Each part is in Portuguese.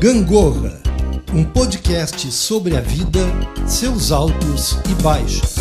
Gangorra, um podcast sobre a vida, seus altos e baixos.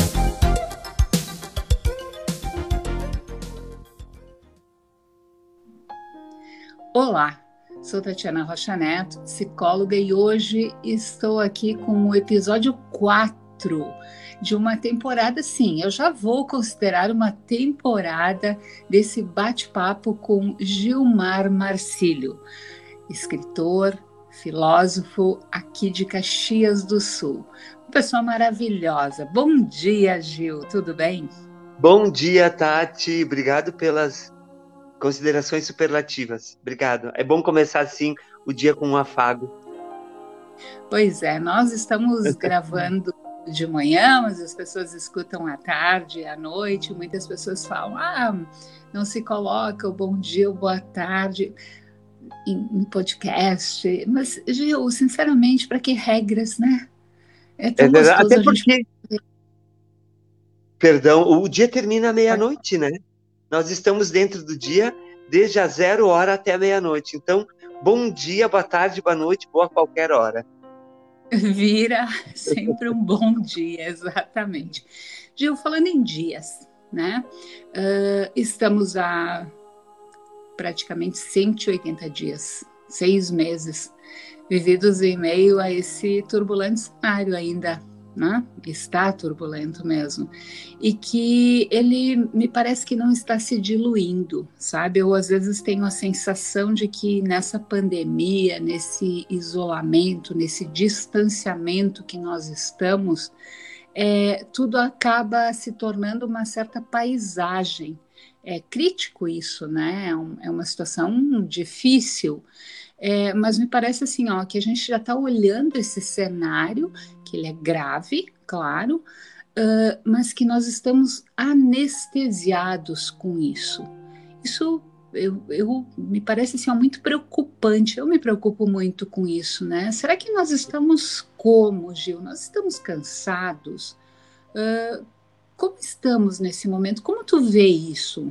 Olá, sou Tatiana Rocha Neto, psicóloga, e hoje estou aqui com o episódio 4 de uma temporada, sim, eu já vou considerar uma temporada desse bate-papo com Gilmar Marcílio, escritor, filósofo aqui de Caxias do Sul. Uma pessoa maravilhosa. Bom dia, Gil, tudo bem? Bom dia, Tati. Obrigado pelas considerações superlativas. Obrigado. É bom começar assim o dia com um afago. Pois é, nós estamos gravando de manhã, mas as pessoas escutam à tarde, à noite. Muitas pessoas falam, não se coloca o bom dia ou boa tarde em podcast. Mas, Gil, sinceramente, para que regras, né? É tão verdade. gostoso Até a gente... porque, o dia termina à meia-noite, né? Nós estamos dentro do dia desde a 0 hora até a meia-noite. Então, bom dia, boa tarde, boa noite, boa qualquer hora. Vira sempre um bom dia, exatamente. Gil, falando em dias, né? Estamos há praticamente 180 dias, 6 meses, vividos em meio a esse turbulento cenário ainda, né? Está turbulento mesmo. E que ele me parece que não está se diluindo, sabe? Eu às vezes tenho a sensação de que nessa pandemia, nesse isolamento, nesse distanciamento que nós estamos, tudo acaba se tornando uma certa paisagem. É crítico isso, né? É uma situação difícil, mas me parece assim, que a gente já está olhando esse cenário, que ele é grave, claro, mas que nós estamos anestesiados com isso. Isso me parece assim, muito preocupante. Eu me preocupo muito com isso, né? Será que nós estamos como, Gil? Nós estamos cansados? Como estamos nesse momento? Como tu vê isso?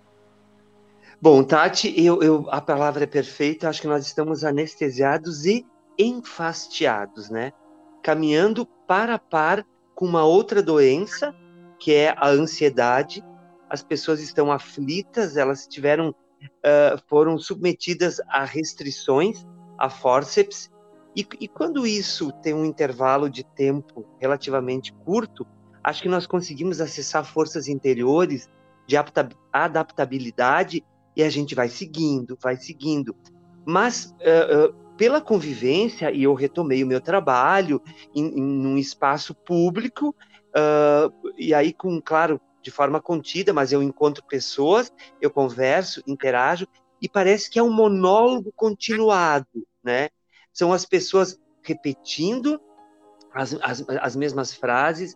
Bom, Tati, a palavra é perfeita. Acho que nós estamos anestesiados e enfastiados, né? Caminhando par a par com uma outra doença, que é a ansiedade. As pessoas estão aflitas, elas foram submetidas a restrições, a fórceps, e quando isso tem um intervalo de tempo relativamente curto, acho que nós conseguimos acessar forças interiores de adaptabilidade e a gente vai seguindo. Mas pela convivência, e eu retomei o meu trabalho num espaço público, e aí, claro, de forma contida, mas eu encontro pessoas, eu converso, interajo, e parece que é um monólogo continuado, né? São as pessoas repetindo as mesmas frases,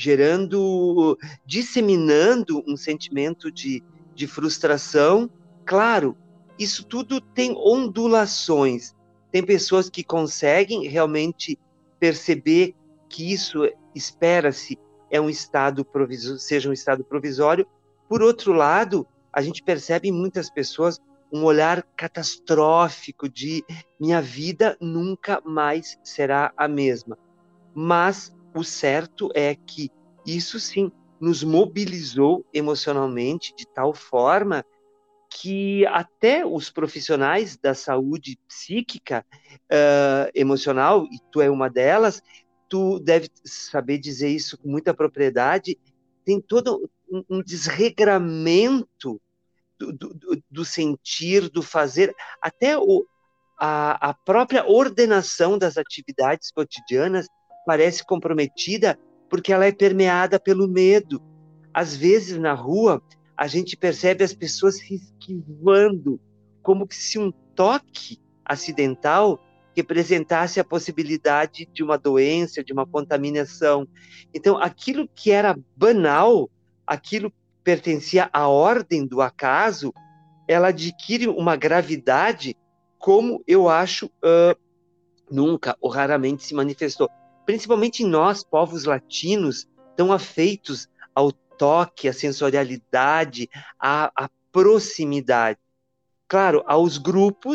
disseminando um sentimento de frustração. Claro, isso tudo tem ondulações. Tem pessoas que conseguem realmente perceber que isso, espera-se, seja um estado provisório. Por outro lado, a gente percebe em muitas pessoas um olhar catastrófico de minha vida nunca mais será a mesma. Mas o certo é que isso sim nos mobilizou emocionalmente de tal forma que até os profissionais da saúde psíquica, emocional, e tu é uma delas, tu deve saber dizer isso com muita propriedade, tem todo um desregramento do sentir, do fazer, até a própria ordenação das atividades cotidianas parece comprometida porque ela é permeada pelo medo. Às vezes, na rua, a gente percebe as pessoas se esquivando, como que se um toque acidental representasse a possibilidade de uma doença, de uma contaminação. Então, aquilo que era banal, aquilo que pertencia à ordem do acaso, ela adquire uma gravidade como eu acho nunca ou raramente se manifestou. Principalmente nós, povos latinos, tão afeitos ao toque, à sensorialidade, à proximidade. Claro, aos grupos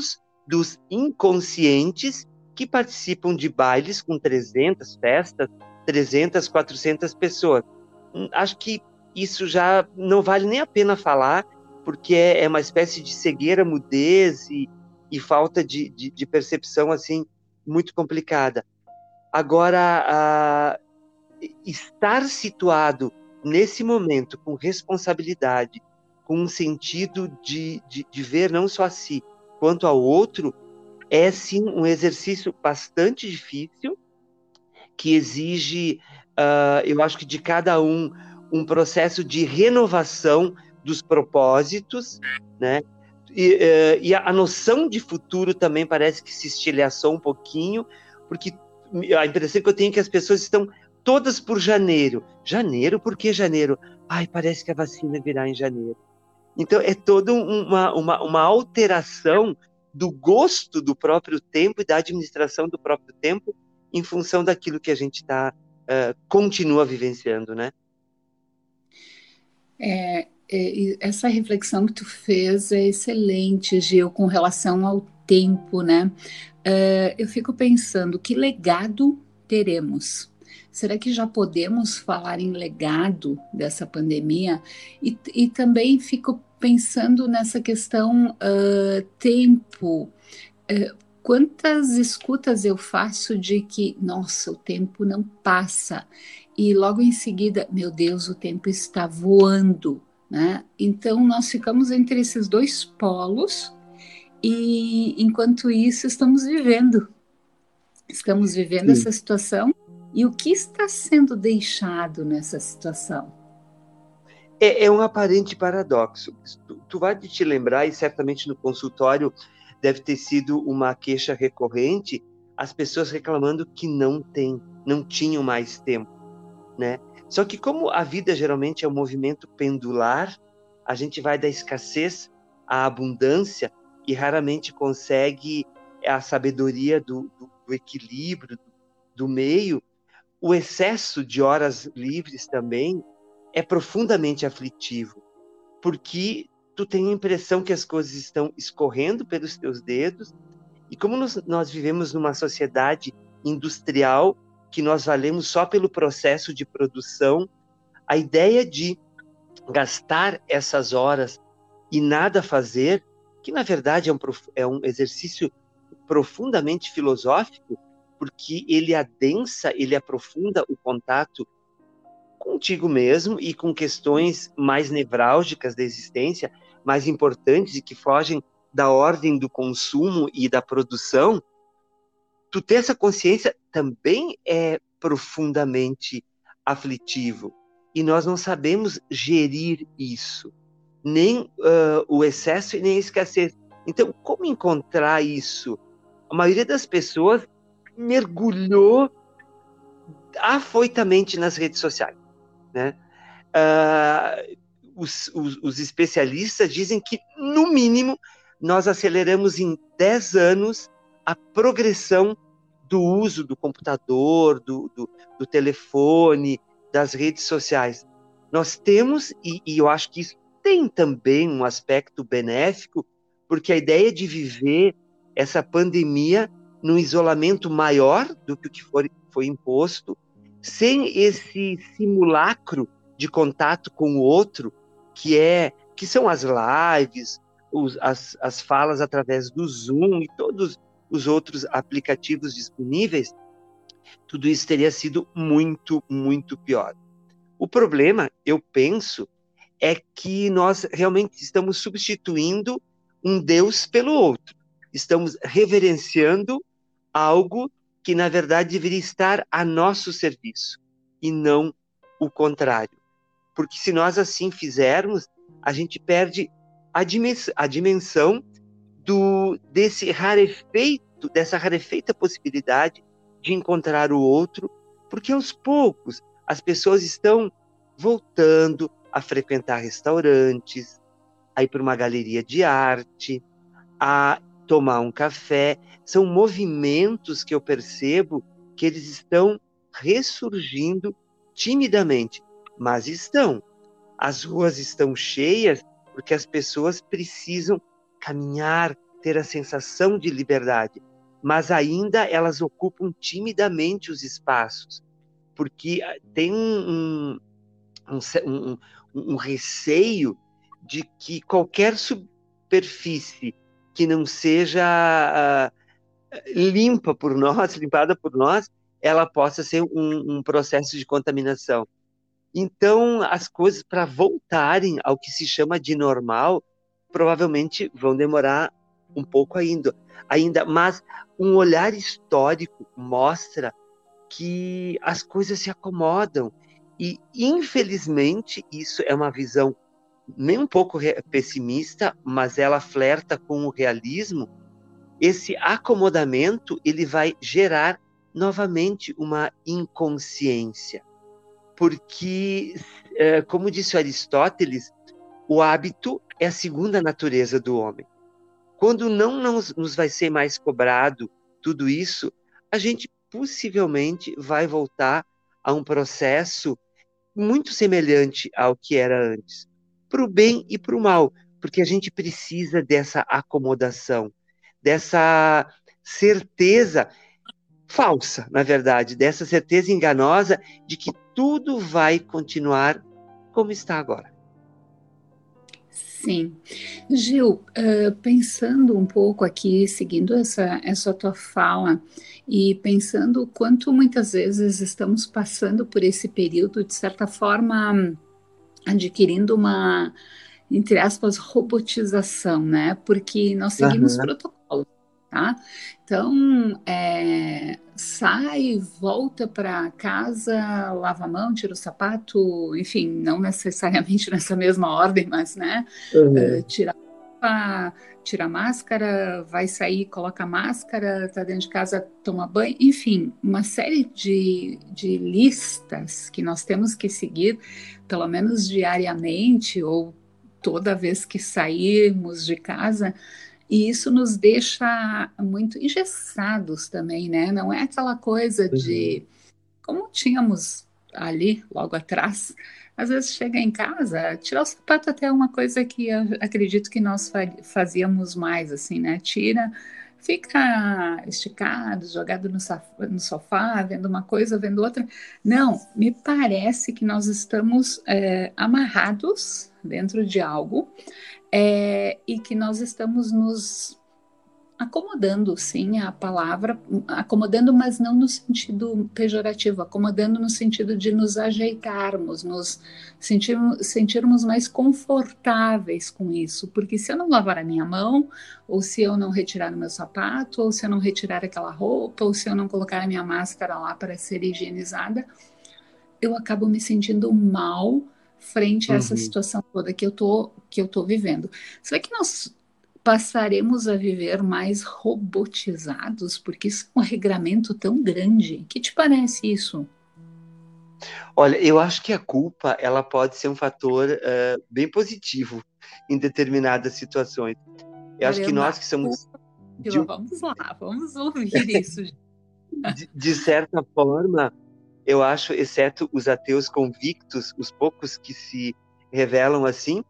dos inconscientes que participam de bailes com 300 festas, 300, 400 pessoas. Acho que isso já não vale nem a pena falar, porque é uma espécie de cegueira, mudez e falta de percepção assim muito complicada. Agora, estar situado nesse momento com responsabilidade, com um sentido de ver não só a si, quanto ao outro, é sim um exercício bastante difícil, que exige, eu acho que de cada um processo de renovação dos propósitos, né? E a noção de futuro também parece que se estilhaçou um pouquinho, porque a impressão que eu tenho é que as pessoas estão todas por janeiro. Janeiro? Por que janeiro? Ai, parece que a vacina virá em janeiro. Então, é toda uma alteração do gosto do próprio tempo e da administração do próprio tempo em função daquilo que a gente continua vivenciando, né? Essa reflexão que tu fez é excelente, Gil, com relação ao tempo, né? Eu fico pensando, que legado teremos? Será que já podemos falar em legado dessa pandemia? E também fico pensando nessa questão tempo. Quantas escutas eu faço de que, nossa, o tempo não passa, e logo em seguida, meu Deus, o tempo está voando, né? Então, nós ficamos entre esses dois polos, e enquanto isso, estamos vivendo Sim. essa situação, e o que está sendo deixado nessa situação? É um aparente paradoxo. Tu vai te lembrar, e certamente no consultório deve ter sido uma queixa recorrente, as pessoas reclamando que não tinham mais tempo, né? Só que como a vida geralmente é um movimento pendular, a gente vai da escassez à abundância e raramente consegue a sabedoria do equilíbrio, do meio. O excesso de horas livres também é profundamente aflitivo, porque tu tem a impressão que as coisas estão escorrendo pelos teus dedos, e como nós vivemos numa sociedade industrial, que nós valemos só pelo processo de produção, a ideia de gastar essas horas e nada fazer, que na verdade é um exercício profundamente filosófico, porque ele adensa, ele aprofunda o contato contigo mesmo e com questões mais nevrálgicas da existência, mais importantes e que fogem da ordem do consumo e da produção. Tu ter essa consciência também é profundamente aflitivo, e nós não sabemos gerir isso, nem o excesso e nem a escassez. Então, como encontrar isso? A maioria das pessoas mergulhou afoitamente nas redes sociais, né? Os especialistas dizem que, no mínimo, nós aceleramos em 10 anos a progressão do uso do computador, do telefone, das redes sociais. Nós temos, e eu acho que isso tem também um aspecto benéfico, porque a ideia de viver essa pandemia num isolamento maior do que o que foi imposto, sem esse simulacro de contato com o outro, que são as lives, as falas através do Zoom e todos os outros aplicativos disponíveis, tudo isso teria sido muito, muito pior. O problema, eu penso, é que nós realmente estamos substituindo um Deus pelo outro. Estamos reverenciando algo que, na verdade, deveria estar a nosso serviço, e não o contrário. Porque se nós assim fizermos, a gente perde a dimensão dessa rarefeita possibilidade de encontrar o outro, porque aos poucos as pessoas estão voltando a frequentar restaurantes, a ir para uma galeria de arte, a tomar um café. São movimentos que eu percebo que eles estão ressurgindo timidamente, mas estão. As ruas estão cheias porque as pessoas precisam caminhar, ter a sensação de liberdade, mas ainda elas ocupam timidamente os espaços, porque tem um receio de que qualquer superfície que não seja limpada por nós, ela possa ser um processo de contaminação. Então, as coisas, para voltarem ao que se chama de normal, provavelmente vão demorar um pouco ainda. Mas um olhar histórico mostra que as coisas se acomodam. E, infelizmente, isso é uma visão nem um pouco pessimista, mas ela flerta com o realismo. Esse acomodamento ele vai gerar novamente uma inconsciência. Porque, como disse Aristóteles, o hábito é a segunda natureza do homem. Quando não nos vai ser mais cobrado tudo isso, a gente possivelmente vai voltar a um processo muito semelhante ao que era antes, para o bem e para o mal, porque a gente precisa dessa acomodação, dessa certeza falsa, na verdade, dessa certeza enganosa de que tudo vai continuar como está agora. Sim. Gil, pensando um pouco aqui, seguindo essa tua fala, e pensando o quanto muitas vezes estamos passando por esse período, de certa forma, adquirindo uma, entre aspas, robotização, né? Porque nós seguimos protocolos, tá? Então, sai, volta para casa, lava a mão, tira o sapato, enfim, não necessariamente nessa mesma ordem, mas, né? Tira a máscara, vai sair, coloca a máscara, tá dentro de casa, toma banho, enfim, uma série de listas que nós temos que seguir, pelo menos diariamente, ou toda vez que sairmos de casa, e isso nos deixa muito engessados também, né? Não é aquela coisa de, como tínhamos ali, logo atrás, às vezes chega em casa, tirar o sapato até é uma coisa que eu acredito que nós fazíamos mais, assim, né? Tira, fica esticado, jogado no sofá, vendo uma coisa, vendo outra. Não, me parece que nós estamos amarrados dentro de algo, e que nós estamos nos acomodando, sim, a palavra, acomodando, mas não no sentido pejorativo, acomodando no sentido de nos ajeitarmos, nos sentirmos mais confortáveis com isso, porque se eu não lavar a minha mão, ou se eu não retirar o meu sapato, ou se eu não retirar aquela roupa, ou se eu não colocar a minha máscara lá para ser higienizada, eu acabo me sentindo mal frente a essa situação toda que eu tô vivendo. Será que nós passaremos a viver mais robotizados? Porque isso é um regramento tão grande. Que te parece isso? Olha, eu acho que a culpa ela pode ser um fator bem positivo em determinadas situações. Eu acho que nós que somos... Vamos lá, vamos ouvir isso. De certa forma, eu acho, exceto os ateus convictos, os poucos que se revelam assim,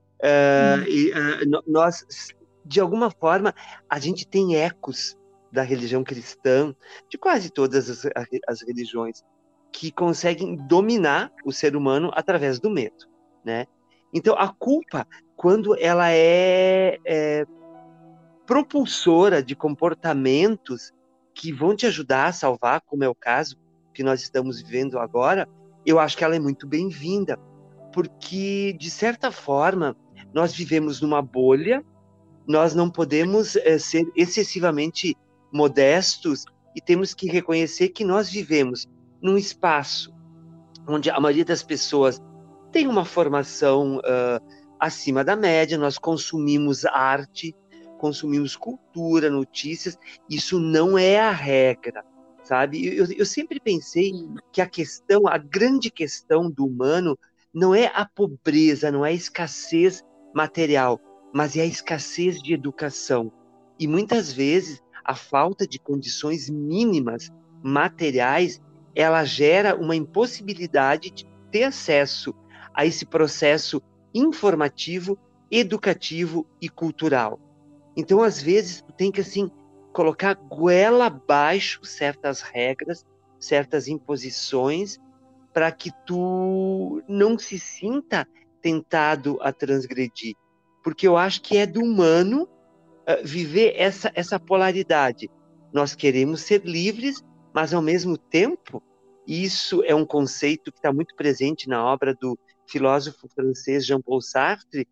nós, de alguma forma, a gente tem ecos da religião cristã, de quase todas as religiões, que conseguem dominar o ser humano através do medo, né? Então, a culpa, quando ela é propulsora de comportamentos que vão te ajudar a salvar, como é o caso que nós estamos vivendo agora, eu acho que ela é muito bem-vinda, porque, de certa forma, nós vivemos numa bolha, nós não podemos ser excessivamente modestos e temos que reconhecer que nós vivemos num espaço onde a maioria das pessoas tem uma formação acima da média, nós consumimos arte, consumimos cultura, notícias, isso não é a regra, sabe? Eu sempre pensei que a grande questão do humano não é a pobreza, não é a escassez material, mas é a escassez de educação. E muitas vezes a falta de condições mínimas materiais, ela gera uma impossibilidade de ter acesso a esse processo informativo, educativo e cultural. Então, às vezes, tu tem que, assim, colocar goela abaixo certas regras, certas imposições, para que tu não se sinta tentado a transgredir. Porque eu acho que é do humano viver essa polaridade. Nós queremos ser livres, mas, ao mesmo tempo, isso é um conceito que está muito presente na obra do filósofo francês Jean-Paul Sartre.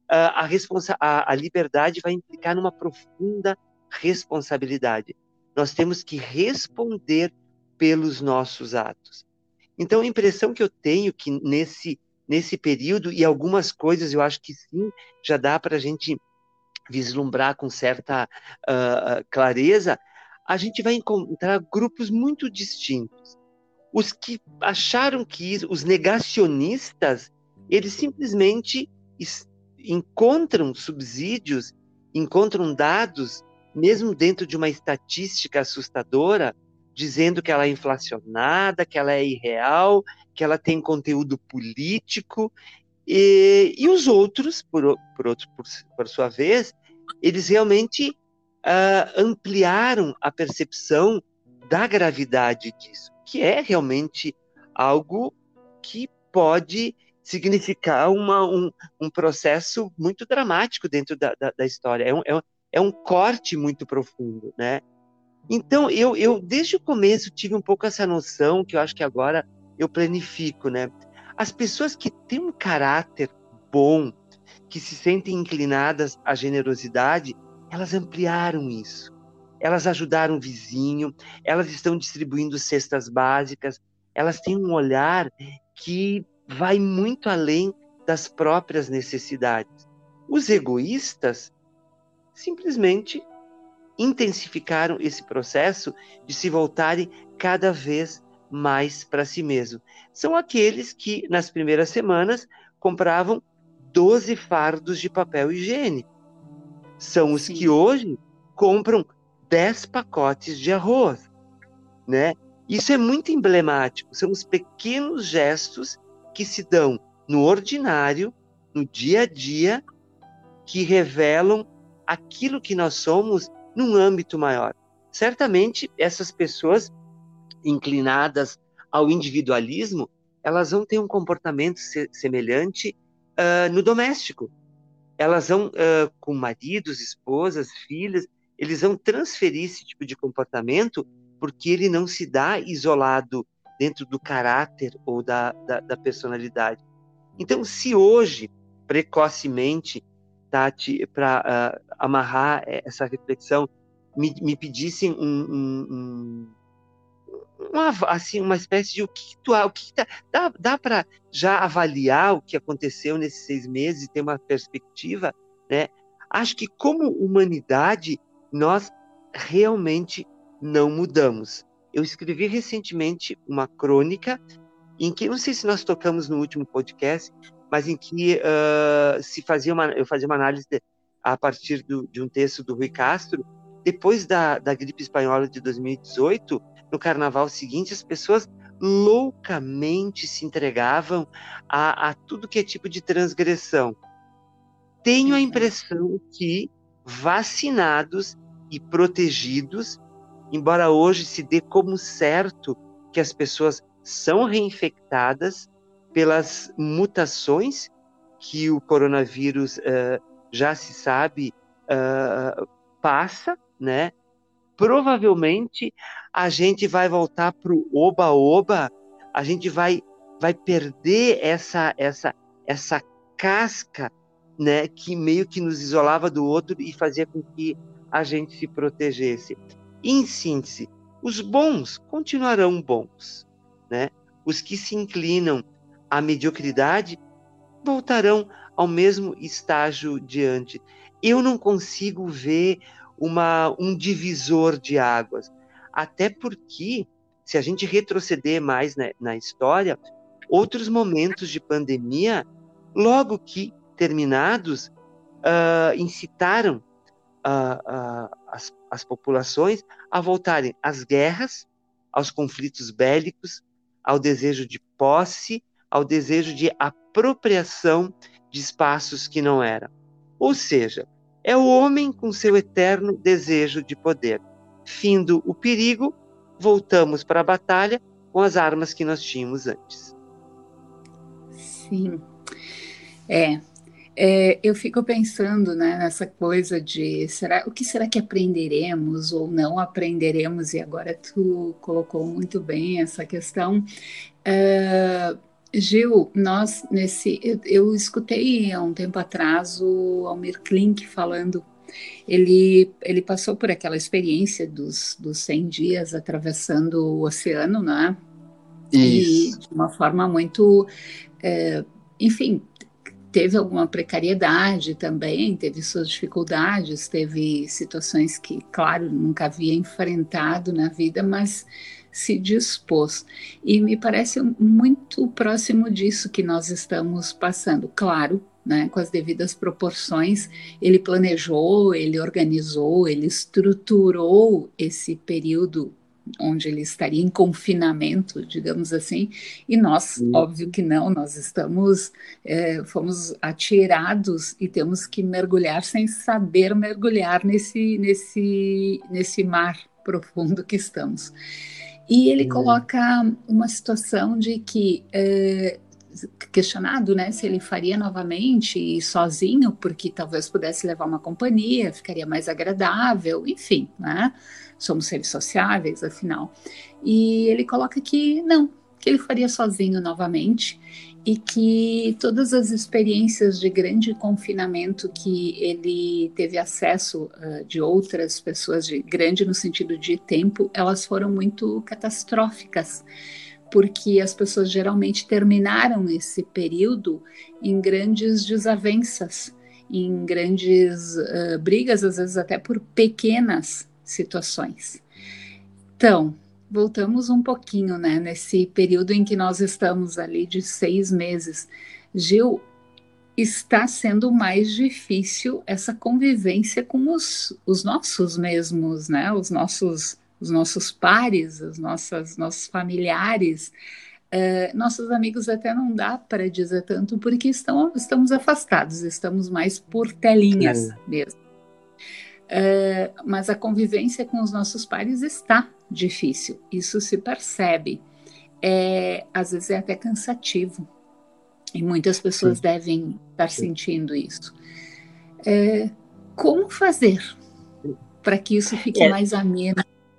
A liberdade vai implicar numa profunda responsabilidade. Nós temos que responder pelos nossos atos. Então, a impressão que eu tenho que nesse período, e algumas coisas eu acho que sim, já dá para a gente vislumbrar com certa clareza, a gente vai encontrar grupos muito distintos. Os que acharam que os negacionistas, eles simplesmente encontram subsídios, encontram dados, mesmo dentro de uma estatística assustadora, dizendo que ela é inflacionada, que ela é irreal, que ela tem conteúdo político, e os outros, por sua vez, eles realmente ampliaram a percepção da gravidade disso, que é realmente algo que pode significar um processo muito dramático dentro da história. É um corte muito profundo, né? Então, eu desde o começo tive um pouco essa noção, que eu acho que agora eu planifico, né? As pessoas que têm um caráter bom, que se sentem inclinadas à generosidade, elas ampliaram isso. Elas ajudaram o vizinho, elas estão distribuindo cestas básicas, elas têm um olhar que vai muito além das próprias necessidades. Os egoístas simplesmente intensificaram esse processo de se voltarem cada vez mais para si mesmo. São aqueles que, nas primeiras semanas, compravam 12 fardos de papel higiênico. São os que hoje compram 10 pacotes de arroz, né? Isso é muito emblemático. São os pequenos gestos que se dão no ordinário, no dia a dia, que revelam aquilo que nós somos num âmbito maior. Certamente, essas pessoas inclinadas ao individualismo, elas vão ter um comportamento semelhante no doméstico. Elas vão, com maridos, esposas, filhas, eles vão transferir esse tipo de comportamento porque ele não se dá isolado dentro do caráter ou da personalidade. Então, se hoje, precocemente, Tati, para amarrar essa reflexão, me pedissem uma espécie de o que dá para já avaliar o que aconteceu nesses 6 meses e ter uma perspectiva, né? Acho que como humanidade nós realmente não mudamos. Eu escrevi recentemente uma crônica em que, não sei se nós tocamos no último podcast, mas em que eu fazia uma análise a partir de um texto do Rui Castro. Depois da gripe espanhola de 2018, no carnaval seguinte, as pessoas loucamente se entregavam a tudo que é tipo de transgressão. Tenho a impressão que vacinados e protegidos, embora hoje se dê como certo que as pessoas são reinfectadas pelas mutações que o coronavírus já se sabe passa, né? Provavelmente a gente vai voltar para o oba-oba, a gente vai perder essa casca, né, que meio que nos isolava do outro e fazia com que a gente se protegesse. Em síntese, os bons continuarão bons, né? Os que se inclinam à mediocridade voltarão ao mesmo estágio de antes. Eu não consigo ver um divisor de águas, até porque, se a gente retroceder mais na história, outros momentos de pandemia, logo que terminados, incitaram as populações a voltarem às guerras, aos conflitos bélicos, ao desejo de posse, ao desejo de apropriação de espaços que não eram. Ou seja, É o homem com seu eterno desejo de poder. Findo o perigo, voltamos para a batalha com as armas que nós tínhamos antes. Sim, eu fico pensando, né, nessa coisa de o que será que aprenderemos ou não aprenderemos, e agora tu colocou muito bem essa questão. Gil, eu escutei há um tempo atrás o Almir Klink falando. Ele passou por aquela experiência dos 100 dias atravessando o oceano, né? E Isso. de uma forma muito, enfim, teve alguma precariedade também, teve suas dificuldades, teve situações que, claro, nunca havia enfrentado na vida, mas se dispôs. E me parece muito próximo disso que nós estamos passando. Claro, né, com as devidas proporções, ele planejou, ele organizou, ele estruturou esse período onde ele estaria em confinamento, digamos assim, e nós, óbvio que não, nós fomos atirados e temos que mergulhar sem saber mergulhar nesse mar profundo que estamos. E ele coloca uma situação de que, questionado, né, se ele faria novamente e sozinho, porque talvez pudesse levar uma companhia, ficaria mais agradável, enfim, né? Somos seres sociáveis, afinal. E ele coloca que não, que ele faria sozinho novamente e que todas as experiências de grande confinamento que ele teve acesso de outras pessoas, de grande no sentido de tempo, elas foram muito catastróficas, porque as pessoas geralmente terminaram esse período em grandes desavenças, em grandes brigas, às vezes até por pequenas situações. Então, voltamos um pouquinho, né, nesse período em que nós estamos ali de 6 meses. Gil, está sendo mais difícil essa convivência com os nossos mesmos, né, os nossos pares, nossos familiares. Nossos amigos até não dá para dizer tanto, porque estamos afastados, estamos mais por telinhas mesmo. Mas a convivência com os nossos pares está difícil, isso se percebe. Às vezes é até cansativo, e muitas pessoas devem estar sentindo isso. Como fazer para que isso fique mais ameno?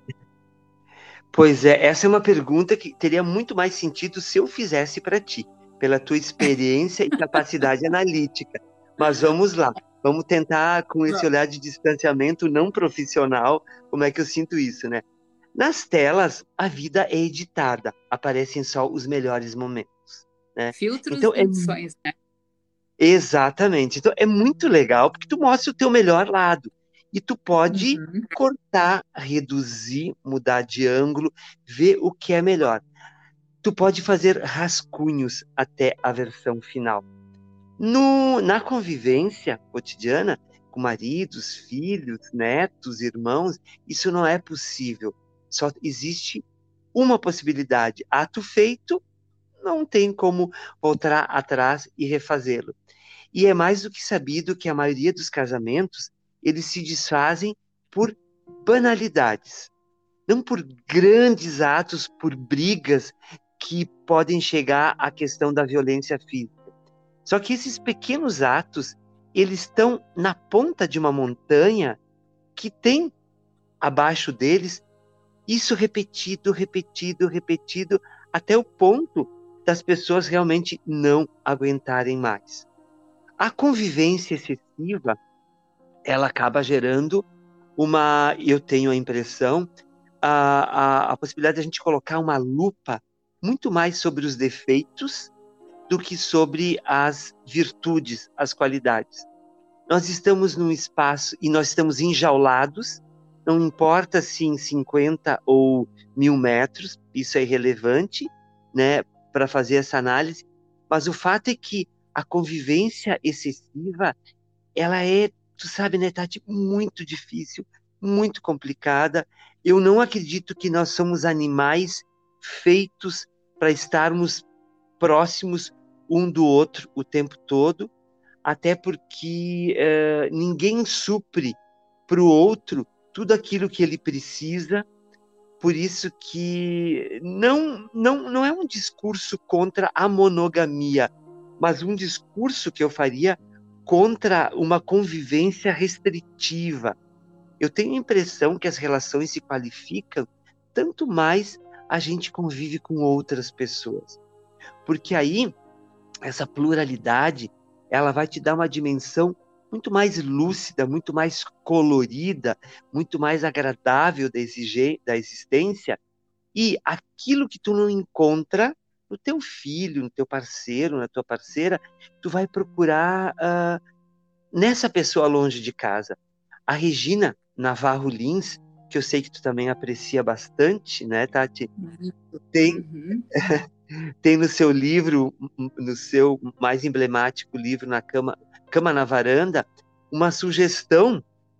Pois é, essa é uma pergunta que teria muito mais sentido se eu fizesse para ti, pela tua experiência e capacidade analítica. Mas vamos lá. Vamos tentar, com esse olhar de distanciamento não profissional, como é que eu sinto isso, né? Nas telas, a vida é editada, aparecem só os melhores momentos, né? Filtros então, e edições, né? Exatamente. Então, é muito legal, porque tu mostra o teu melhor lado. E tu pode cortar, reduzir, mudar de ângulo, ver o que é melhor. Tu pode fazer rascunhos até a versão final. Na convivência cotidiana, com maridos, filhos, netos, irmãos, isso não é possível. Só existe uma possibilidade. Ato feito, não tem como voltar atrás e refazê-lo. E é mais do que sabido que a maioria dos casamentos, eles se desfazem por banalidades. Não por grandes atos, por brigas que podem chegar à questão da violência física. Só que esses pequenos atos, eles estão na ponta de uma montanha que tem abaixo deles isso repetido, repetido, repetido, até o ponto das pessoas realmente não aguentarem mais. A convivência excessiva, ela acaba gerando eu tenho a impressão, a possibilidade de a gente colocar uma lupa muito mais sobre os defeitos do que sobre as virtudes, as qualidades. Nós estamos num espaço e nós estamos enjaulados, não importa se em 50 ou 1000 metros, isso é irrelevante, né, para fazer essa análise, mas o fato é que a convivência excessiva, ela é, tu sabe, né, Tati, muito difícil, muito complicada. Eu não acredito que nós somos animais feitos para estarmos próximos um do outro o tempo todo, até porque ninguém supre para o outro tudo aquilo que ele precisa. Por isso que não é um discurso contra a monogamia, mas um discurso que eu faria contra uma convivência restritiva. Eu tenho a impressão que as relações se qualificam tanto mais a gente convive com outras pessoas. Porque aí, essa pluralidade, ela vai te dar uma dimensão muito mais lúcida, muito mais colorida, muito mais agradável da existência, e aquilo que tu não encontra no teu filho, no teu parceiro, na tua parceira, tu vai procurar nessa pessoa longe de casa. A Regina Navarro Lins, que eu sei que tu também aprecia bastante, né, Tati? Tem, Uhum. tem no seu livro, no seu mais emblemático livro, Cama na Varanda, uma sugestão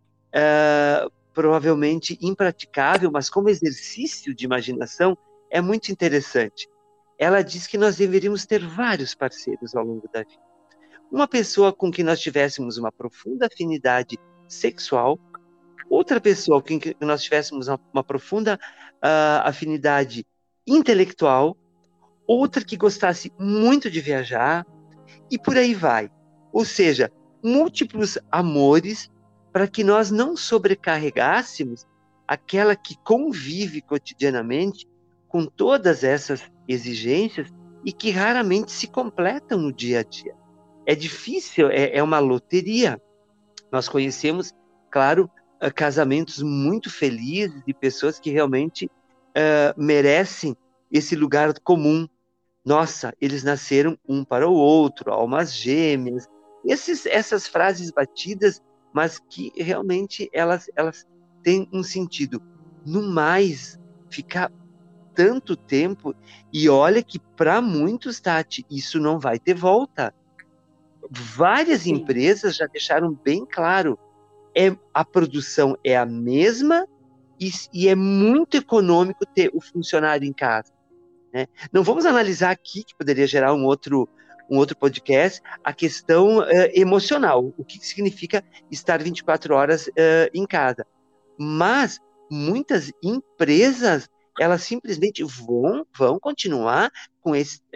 provavelmente impraticável, mas como exercício de imaginação, é muito interessante. Ela diz que nós deveríamos ter vários parceiros ao longo da vida. Uma pessoa com quem nós tivéssemos uma profunda afinidade sexual, outra pessoa com quem nós tivéssemos uma profunda afinidade intelectual, outra que gostasse muito de viajar, e por aí vai. Ou seja, múltiplos amores para que nós não sobrecarregássemos aquela que convive cotidianamente com todas essas exigências e que raramente se completam no dia a dia. É difícil, é uma loteria. Nós conhecemos, claro, casamentos muito felizes de pessoas que realmente merecem esse lugar comum. Nossa, eles nasceram um para o outro, almas gêmeas. Essas frases batidas, mas que realmente elas têm um sentido. No mais, ficar tanto tempo, e olha que para muitos, Tati, isso não vai ter volta. Várias Sim. empresas já deixaram bem claro, a produção é a mesma e é muito econômico ter o funcionário em casa. Né? Não vamos analisar aqui, que poderia gerar um outro podcast, a questão emocional, o que significa estar 24 horas em casa. Mas muitas empresas, elas simplesmente vão continuar com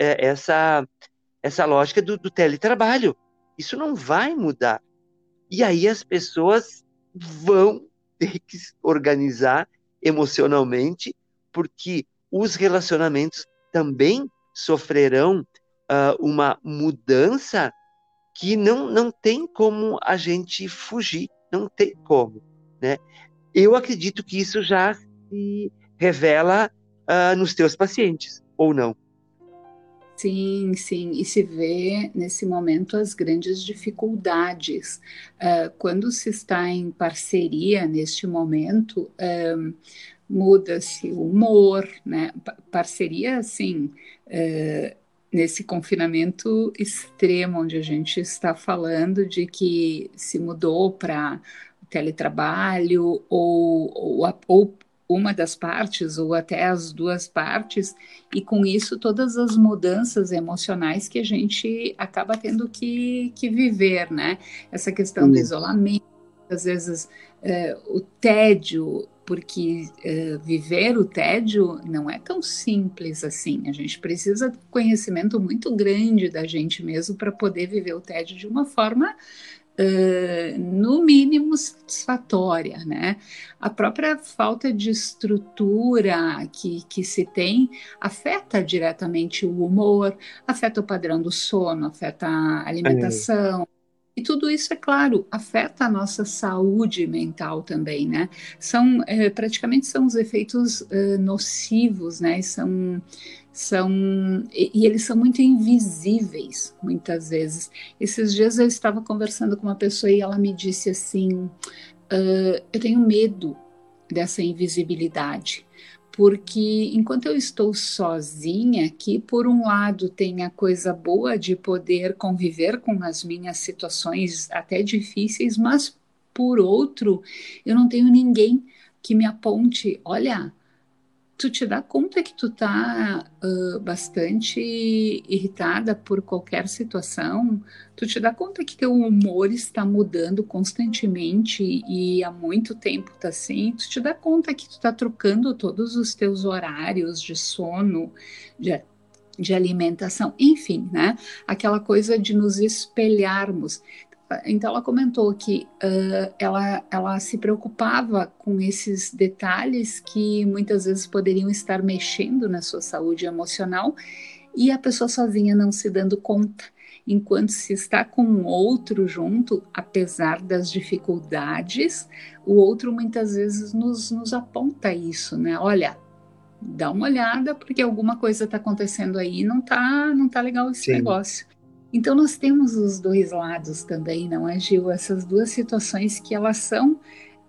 essa lógica do teletrabalho. Isso não vai mudar. E aí as pessoas vão ter que se organizar emocionalmente, porque os relacionamentos também sofrerão uma mudança que não tem como a gente fugir, não tem como, né? Eu acredito que isso já se revela nos teus pacientes, ou não? Sim, sim, e se vê nesse momento as grandes dificuldades. Quando se está em parceria neste momento, muda-se o humor, né? Parceria, assim, nesse confinamento extremo, onde a gente está falando de que se mudou para teletrabalho ou uma das partes ou até as duas partes, e com isso todas as mudanças emocionais que a gente acaba tendo que viver, né? Essa questão do isolamento, às vezes o tédio, porque viver o tédio não é tão simples assim. A gente precisa de um conhecimento muito grande da gente mesmo para poder viver o tédio de uma forma no mínimo satisfatória, né? A própria falta de estrutura que se tem afeta diretamente o humor, afeta o padrão do sono, afeta a alimentação. E tudo isso, é claro, afeta a nossa saúde mental também, né? Praticamente são os efeitos nocivos, né? E eles são muito invisíveis, muitas vezes. Esses dias eu estava conversando com uma pessoa e ela me disse assim, eu tenho medo dessa invisibilidade, porque enquanto eu estou sozinha aqui, por um lado tem a coisa boa de poder conviver com as minhas situações até difíceis, mas por outro, eu não tenho ninguém que me aponte, olha, tu te dá conta que tu tá bastante irritada por qualquer situação, tu te dá conta que teu humor está mudando constantemente e há muito tempo tá assim, tu te dá conta que tu tá trocando todos os teus horários de sono, de alimentação, enfim, né? Aquela coisa de nos espelharmos. Então, ela comentou que ela se preocupava com esses detalhes que muitas vezes poderiam estar mexendo na sua saúde emocional e a pessoa sozinha não se dando conta. Enquanto se está com um outro junto, apesar das dificuldades, o outro muitas vezes nos aponta isso, né? Olha, dá uma olhada porque alguma coisa está acontecendo aí, não tá legal esse Sim. negócio. Então nós temos os dois lados também, não é, Gil? Essas duas situações que elas são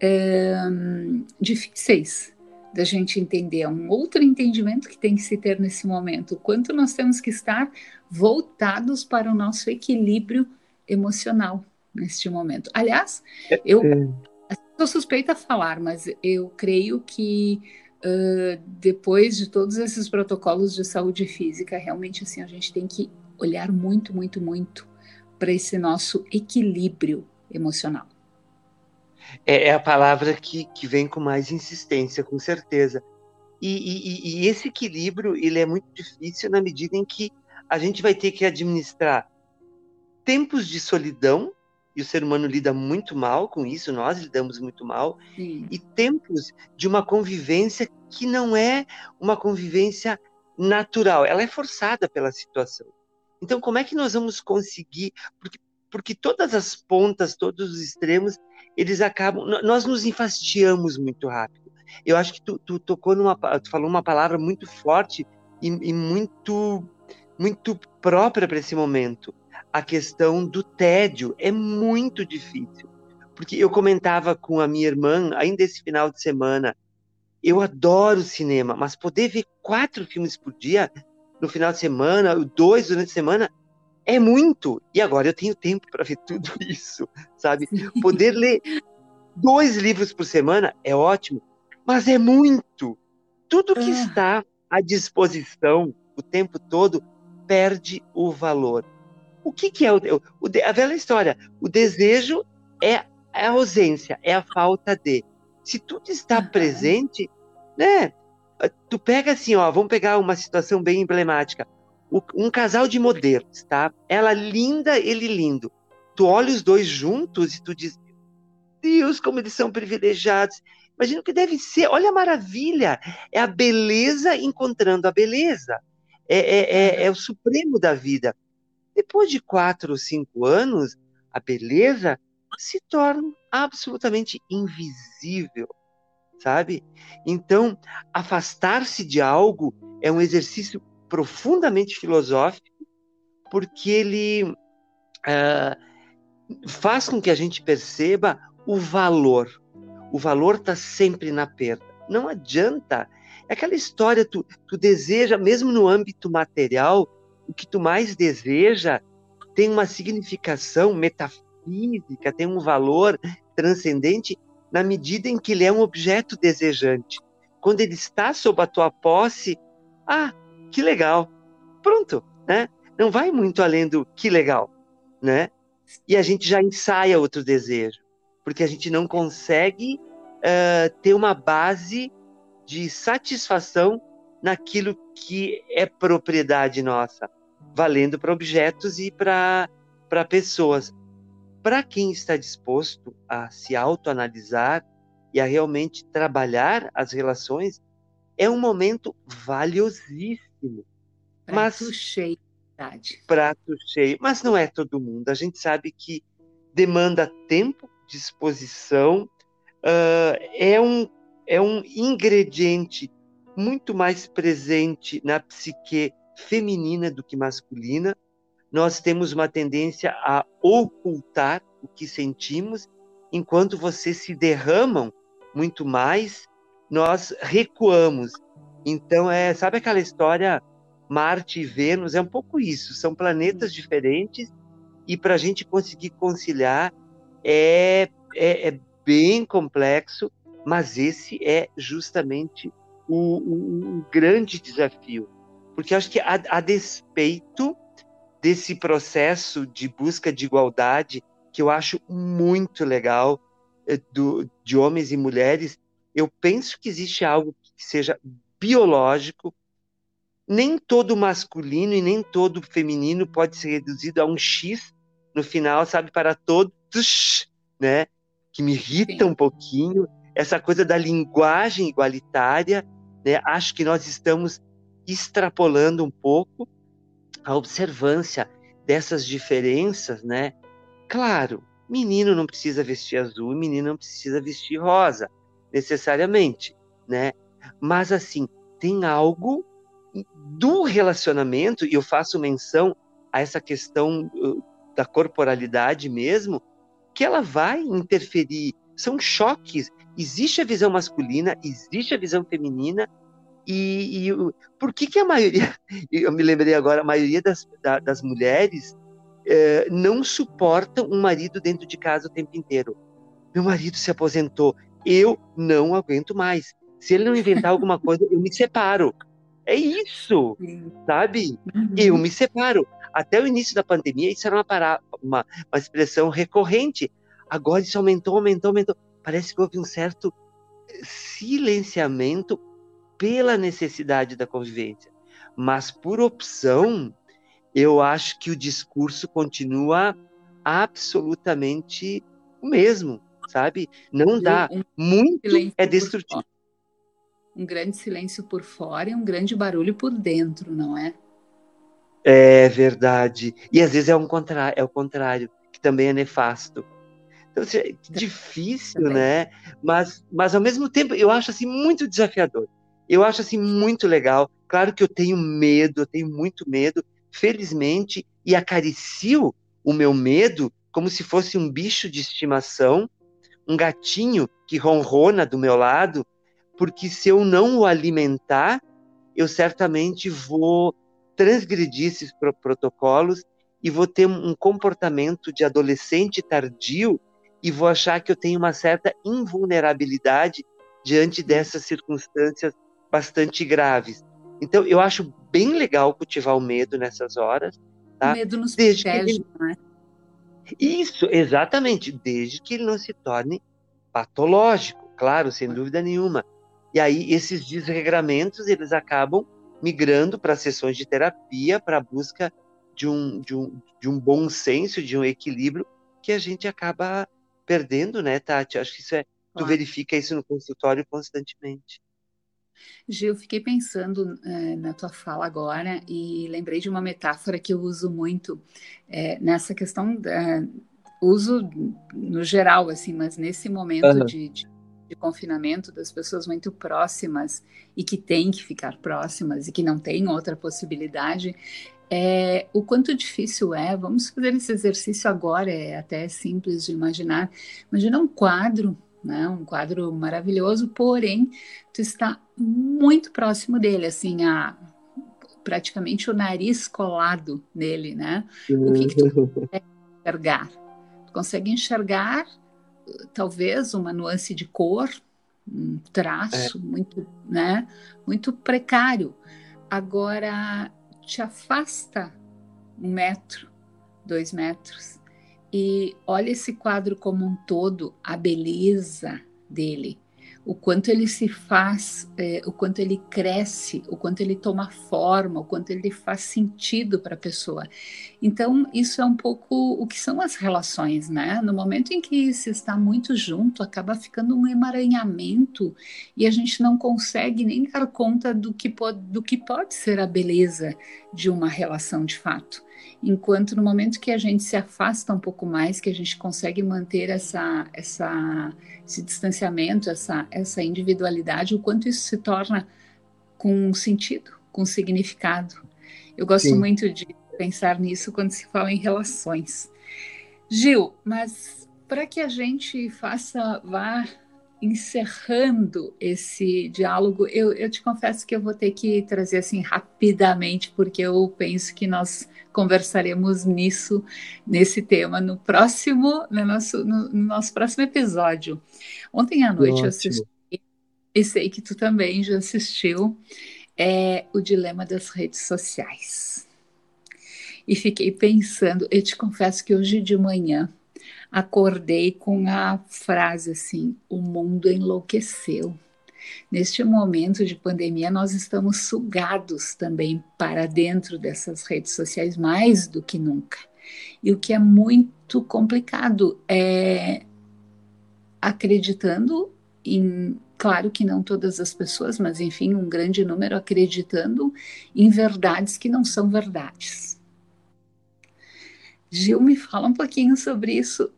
difíceis da gente entender. É um outro entendimento que tem que se ter nesse momento. O quanto nós temos que estar voltados para o nosso equilíbrio emocional neste momento. Aliás, eu sou suspeita a falar, mas eu creio que depois de todos esses protocolos de saúde física, realmente assim a gente tem que olhar muito, muito, muito para esse nosso equilíbrio emocional. É a palavra que vem com mais insistência, com certeza. E esse equilíbrio, ele é muito difícil na medida em que a gente vai ter que administrar tempos de solidão, e o ser humano lida muito mal com isso, nós lidamos muito mal, Sim. E tempos de uma convivência que não é uma convivência natural, ela é forçada pela situação. Então, como é que nós vamos conseguir? Porque todas as pontas, todos os extremos, eles acabam. Nós nos enfastiamos muito rápido. Eu acho que tu tocou tu falou uma palavra muito forte e muito própria para esse momento. A questão do tédio é muito difícil. Porque eu comentava com a minha irmã, ainda esse final de semana, eu adoro cinema, mas poder ver 4 filmes por dia no final de semana, 2 durante a semana, é muito. E agora eu tenho tempo para ver tudo isso, sabe? Poder ler 2 livros por semana é ótimo, mas é muito. Tudo que está à disposição o tempo todo perde o valor. O que é a velha história? O desejo é a ausência, é a falta de. Se tudo está presente, né? Tu pega assim, ó, vamos pegar uma situação bem emblemática. Um casal de modelos, tá? Ela linda, ele lindo. Tu olha os dois juntos e tu diz, Deus, como eles são privilegiados. Imagina o que deve ser. Olha a maravilha. É a beleza encontrando a beleza. É o supremo da vida. Depois de 4 ou 5 anos, a beleza se torna absolutamente invisível, sabe? Então, afastar-se de algo é um exercício profundamente filosófico, porque ele faz com que a gente perceba o valor. O valor está sempre na perda. Não adianta. É aquela história, tu deseja, mesmo no âmbito material, o que tu mais deseja tem uma significação metafísica, tem um valor transcendente na medida em que ele é um objeto desejante. Quando ele está sob a tua posse, que legal, pronto, né? Não vai muito além do que legal, né? E a gente já ensaia outro desejo, porque a gente não consegue ter uma base de satisfação naquilo que é propriedade nossa, valendo para objetos e para pessoas. Para quem está disposto a se autoanalisar e a realmente trabalhar as relações, é um momento valiosíssimo. Prato cheio, verdade. Prato cheio. Mas não é todo mundo. A gente sabe que demanda tempo, disposição, é um ingrediente muito mais presente na psique feminina do que masculina. Nós temos uma tendência a ocultar o que sentimos, enquanto vocês se derramam muito mais, nós recuamos. Então, sabe aquela história Marte e Vênus? É um pouco isso, são planetas diferentes, e para a gente conseguir conciliar é bem complexo, mas esse é justamente o grande desafio. Porque acho que a despeito desse processo de busca de igualdade, que eu acho muito legal, de homens e mulheres, eu penso que existe algo que seja biológico. Nem todo masculino e nem todo feminino pode ser reduzido a um X no final, sabe, para todos, né? Que me irrita um pouquinho, essa coisa da linguagem igualitária, né? Acho que nós estamos extrapolando um pouco a observância dessas diferenças, né? Claro, menino não precisa vestir azul, menino não precisa vestir rosa, necessariamente, né? Mas, assim, tem algo do relacionamento, e eu faço menção a essa questão da corporalidade mesmo, que ela vai interferir. São choques. Existe a visão masculina, existe a visão feminina, e por que a maioria, eu me lembrei agora, a maioria das mulheres não suportam um marido dentro de casa o tempo inteiro. Meu marido se aposentou, eu não aguento mais. Se ele não inventar alguma coisa, eu me separo. É isso, sabe? Eu me separo. Até o início da pandemia, isso era uma expressão recorrente. Agora isso aumentou. Parece que houve um certo silenciamento pela necessidade da convivência. Mas por opção, eu acho que o discurso continua absolutamente o mesmo, sabe? Não dá. Muito é destrutivo. Um grande silêncio por fora e um grande barulho por dentro, não é? É verdade. E às vezes é o contrário, que também é nefasto. Então, é difícil, também, né? Mas ao mesmo tempo, eu acho assim muito desafiador. Eu acho assim muito legal. Claro que eu tenho muito medo, felizmente, e acaricio o meu medo como se fosse um bicho de estimação, um gatinho que ronrona do meu lado, porque se eu não o alimentar, eu certamente vou transgredir esses protocolos e vou ter um comportamento de adolescente tardio e vou achar que eu tenho uma certa invulnerabilidade diante dessas circunstâncias bastante graves. Então, eu acho bem legal cultivar o medo nessas horas. Tá? O medo nos protege, não é? Isso, exatamente, desde que ele não se torne patológico, claro, sem dúvida nenhuma. E aí esses desregramentos, eles acabam migrando para sessões de terapia, para a busca de um bom senso, de um equilíbrio, que a gente acaba perdendo, né, Tati? Acho que tu verifica isso no consultório constantemente. Gil, fiquei pensando na tua fala agora e lembrei de uma metáfora que eu uso muito nessa questão, uso no geral, assim, mas nesse momento de confinamento das pessoas muito próximas e que têm que ficar próximas e que não têm outra possibilidade, o quanto difícil vamos fazer esse exercício agora, é até simples de imaginar. Imagina um quadro, né, um quadro maravilhoso, porém, tu está muito próximo dele, assim, praticamente o nariz colado nele, né? O que tu consegue enxergar? Tu consegue enxergar talvez uma nuance de cor, um traço muito, né, muito precário. Agora, te afasta 1 metro, 2 metros, e olha esse quadro como um todo, a beleza dele, o quanto ele se faz, o quanto ele cresce, o quanto ele toma forma, o quanto ele faz sentido para a pessoa. Então, isso é um pouco o que são as relações, né? No momento em que se está muito junto, acaba ficando um emaranhamento e a gente não consegue nem dar conta do que pode ser a beleza de uma relação de fato. Enquanto no momento que a gente se afasta um pouco mais, que a gente consegue manter esse distanciamento, essa individualidade, o quanto isso se torna com sentido, com significado. Eu gosto muito de pensar nisso quando se fala em relações. Gil, mas para que a gente vá encerrando esse diálogo, eu te confesso que eu vou ter que trazer assim rapidamente, porque eu penso que nós conversaremos nesse tema no nosso próximo episódio. Ontem à noite eu assisti e sei que tu também já assistiu, é O Dilema das Redes Sociais. E fiquei pensando, eu te confesso que hoje de manhã acordei com a frase assim: o mundo enlouqueceu. Neste momento de pandemia, nós estamos sugados também para dentro dessas redes sociais mais do que nunca. E o que é muito complicado é acreditando em, claro que não todas as pessoas, mas enfim, um grande número acreditando em verdades que não são verdades. Gil, me fala um pouquinho sobre isso.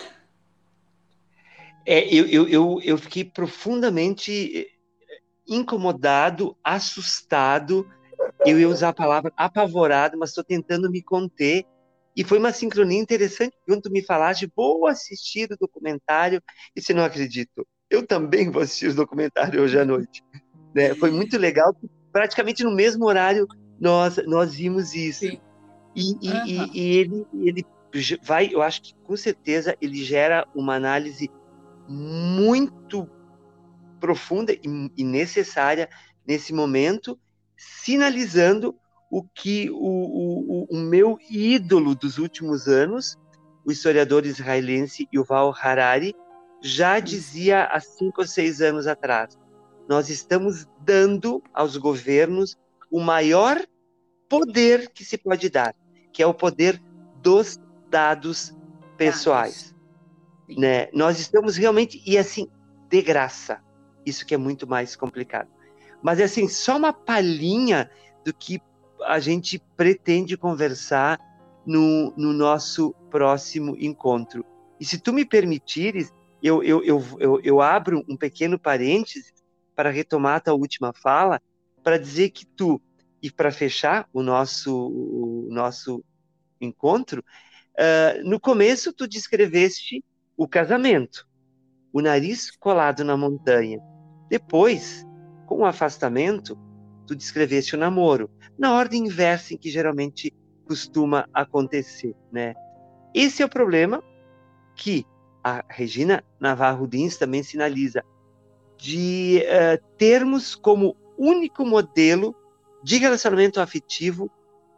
Eu fiquei profundamente incomodado, assustado. Eu ia usar a palavra apavorado, mas estou tentando me conter. E foi uma sincronia interessante, quando tu me falaste, vou assistir o documentário, e se não acredito, eu também vou assistir o documentário hoje à noite. Né? Foi muito legal, praticamente no mesmo horário nós vimos isso. Sim. E ele vai, eu acho que com certeza ele gera uma análise muito profunda e necessária nesse momento, sinalizando o que o meu ídolo dos últimos anos, o historiador israelense Yuval Harari, já dizia há 5 ou 6 anos atrás. Nós estamos dando aos governos o maior poder que se pode dar, que é o poder dos dados pessoais. Né? Nós estamos realmente, e assim, de graça. Isso que é muito mais complicado. Mas, assim, só uma palhinha do que a gente pretende conversar no nosso próximo encontro. E se tu me permitires, eu abro um pequeno parênteses para retomar a tua última fala, para dizer que tu, e para fechar o nosso encontro, no começo tu descreveste o casamento, o nariz colado na montanha. Depois, com o afastamento, tu descreveste o namoro, na ordem inversa em que geralmente costuma acontecer, né? Esse é o problema que a Regina Navarro Dins também sinaliza, de termos como único modelo de relacionamento afetivo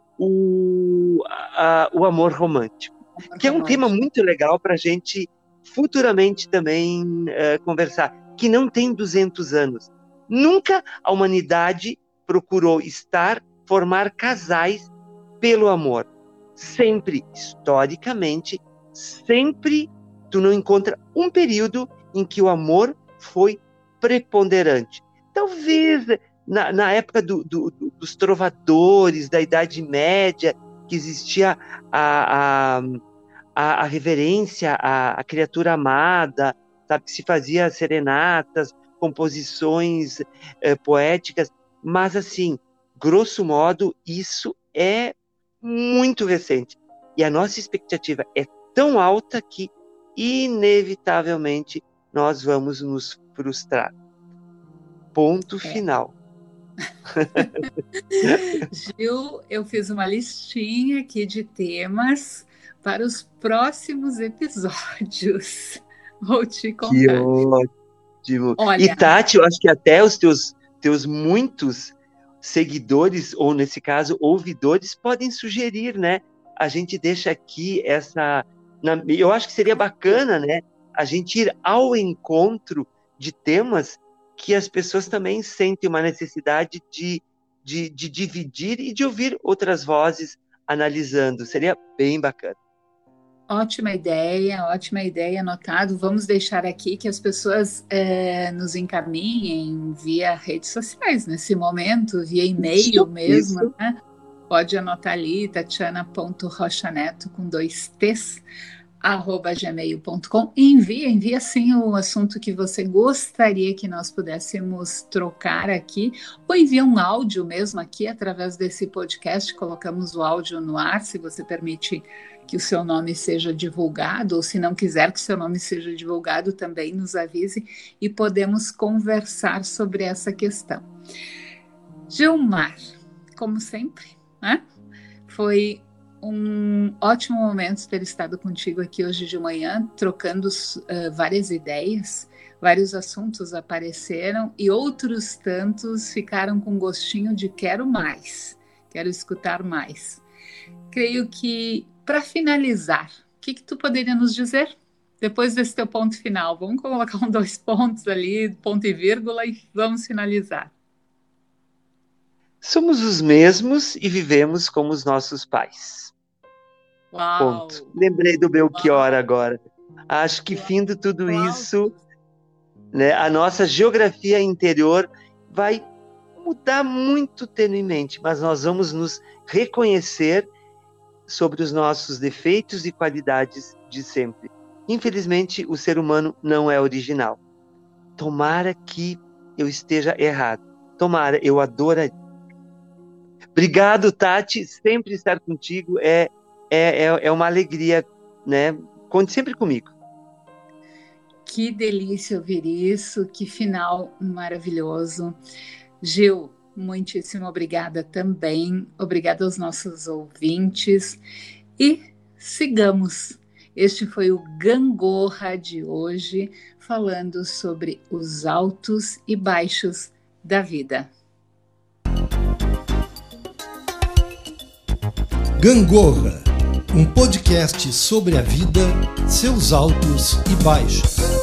o amor romântico, que é um tema muito legal para a gente futuramente também conversar, que não tem 200 anos. Nunca a humanidade procurou formar casais pelo amor. Sempre, historicamente, sempre tu não encontra um período em que o amor foi preponderante. Talvez na época dos trovadores, da Idade Média, que existia a reverência à criatura amada, sabe, que se fazia serenatas, composições poéticas, mas assim, grosso modo, isso é muito recente. E a nossa expectativa é tão alta que, inevitavelmente, nós vamos nos frustrar. Ponto final. Gil, eu fiz uma listinha aqui de temas para os próximos episódios. Vou te contar. Que ótimo. Olha, E Tati, eu acho que até os teus muitos seguidores, ou nesse caso, ouvidores, podem sugerir, né? A gente deixa aqui eu acho que seria bacana, né? A gente ir ao encontro de temas que as pessoas também sentem uma necessidade de dividir e de ouvir outras vozes analisando. Seria bem bacana. ótima ideia, anotado. Vamos deixar aqui que as pessoas nos encaminhem via redes sociais nesse momento, via e-mail mesmo, né? Pode anotar ali, tatiana.rochaneto com 2 T's, @gmail.com, e envia sim o assunto que você gostaria que nós pudéssemos trocar aqui, ou envia um áudio mesmo aqui através desse podcast, colocamos o áudio no ar, se você permite que o seu nome seja divulgado, ou se não quiser que o seu nome seja divulgado, também nos avise e podemos conversar sobre essa questão. Gilmar, como sempre, né? Foi um ótimo momento ter estado contigo aqui hoje de manhã, trocando várias ideias. Vários assuntos apareceram e outros tantos ficaram com gostinho de quero mais, quero escutar mais. Creio que, para finalizar, o que tu poderia nos dizer? Depois desse teu ponto final, vamos colocar 2 pontos ali, ponto e vírgula, e vamos finalizar. Somos os mesmos e vivemos como os nossos pais. Uau! Ponto. Lembrei do Belchior agora. Acho que, findo tudo isso, né, a nossa geografia interior vai mudar muito tenuemente, mas nós vamos nos reconhecer sobre os nossos defeitos e qualidades de sempre. Infelizmente, o ser humano não é original. Tomara que eu esteja errado. Tomara, eu adoraria. Obrigado, Tati. Sempre estar contigo é uma alegria, né? Conte sempre comigo. Que delícia ouvir isso, que final maravilhoso. Gil, muitíssimo obrigada também. Obrigada aos nossos ouvintes. E sigamos. Este foi o Gangorra de hoje, falando sobre os altos e baixos da vida. Gangorra, um podcast sobre a vida, seus altos e baixos.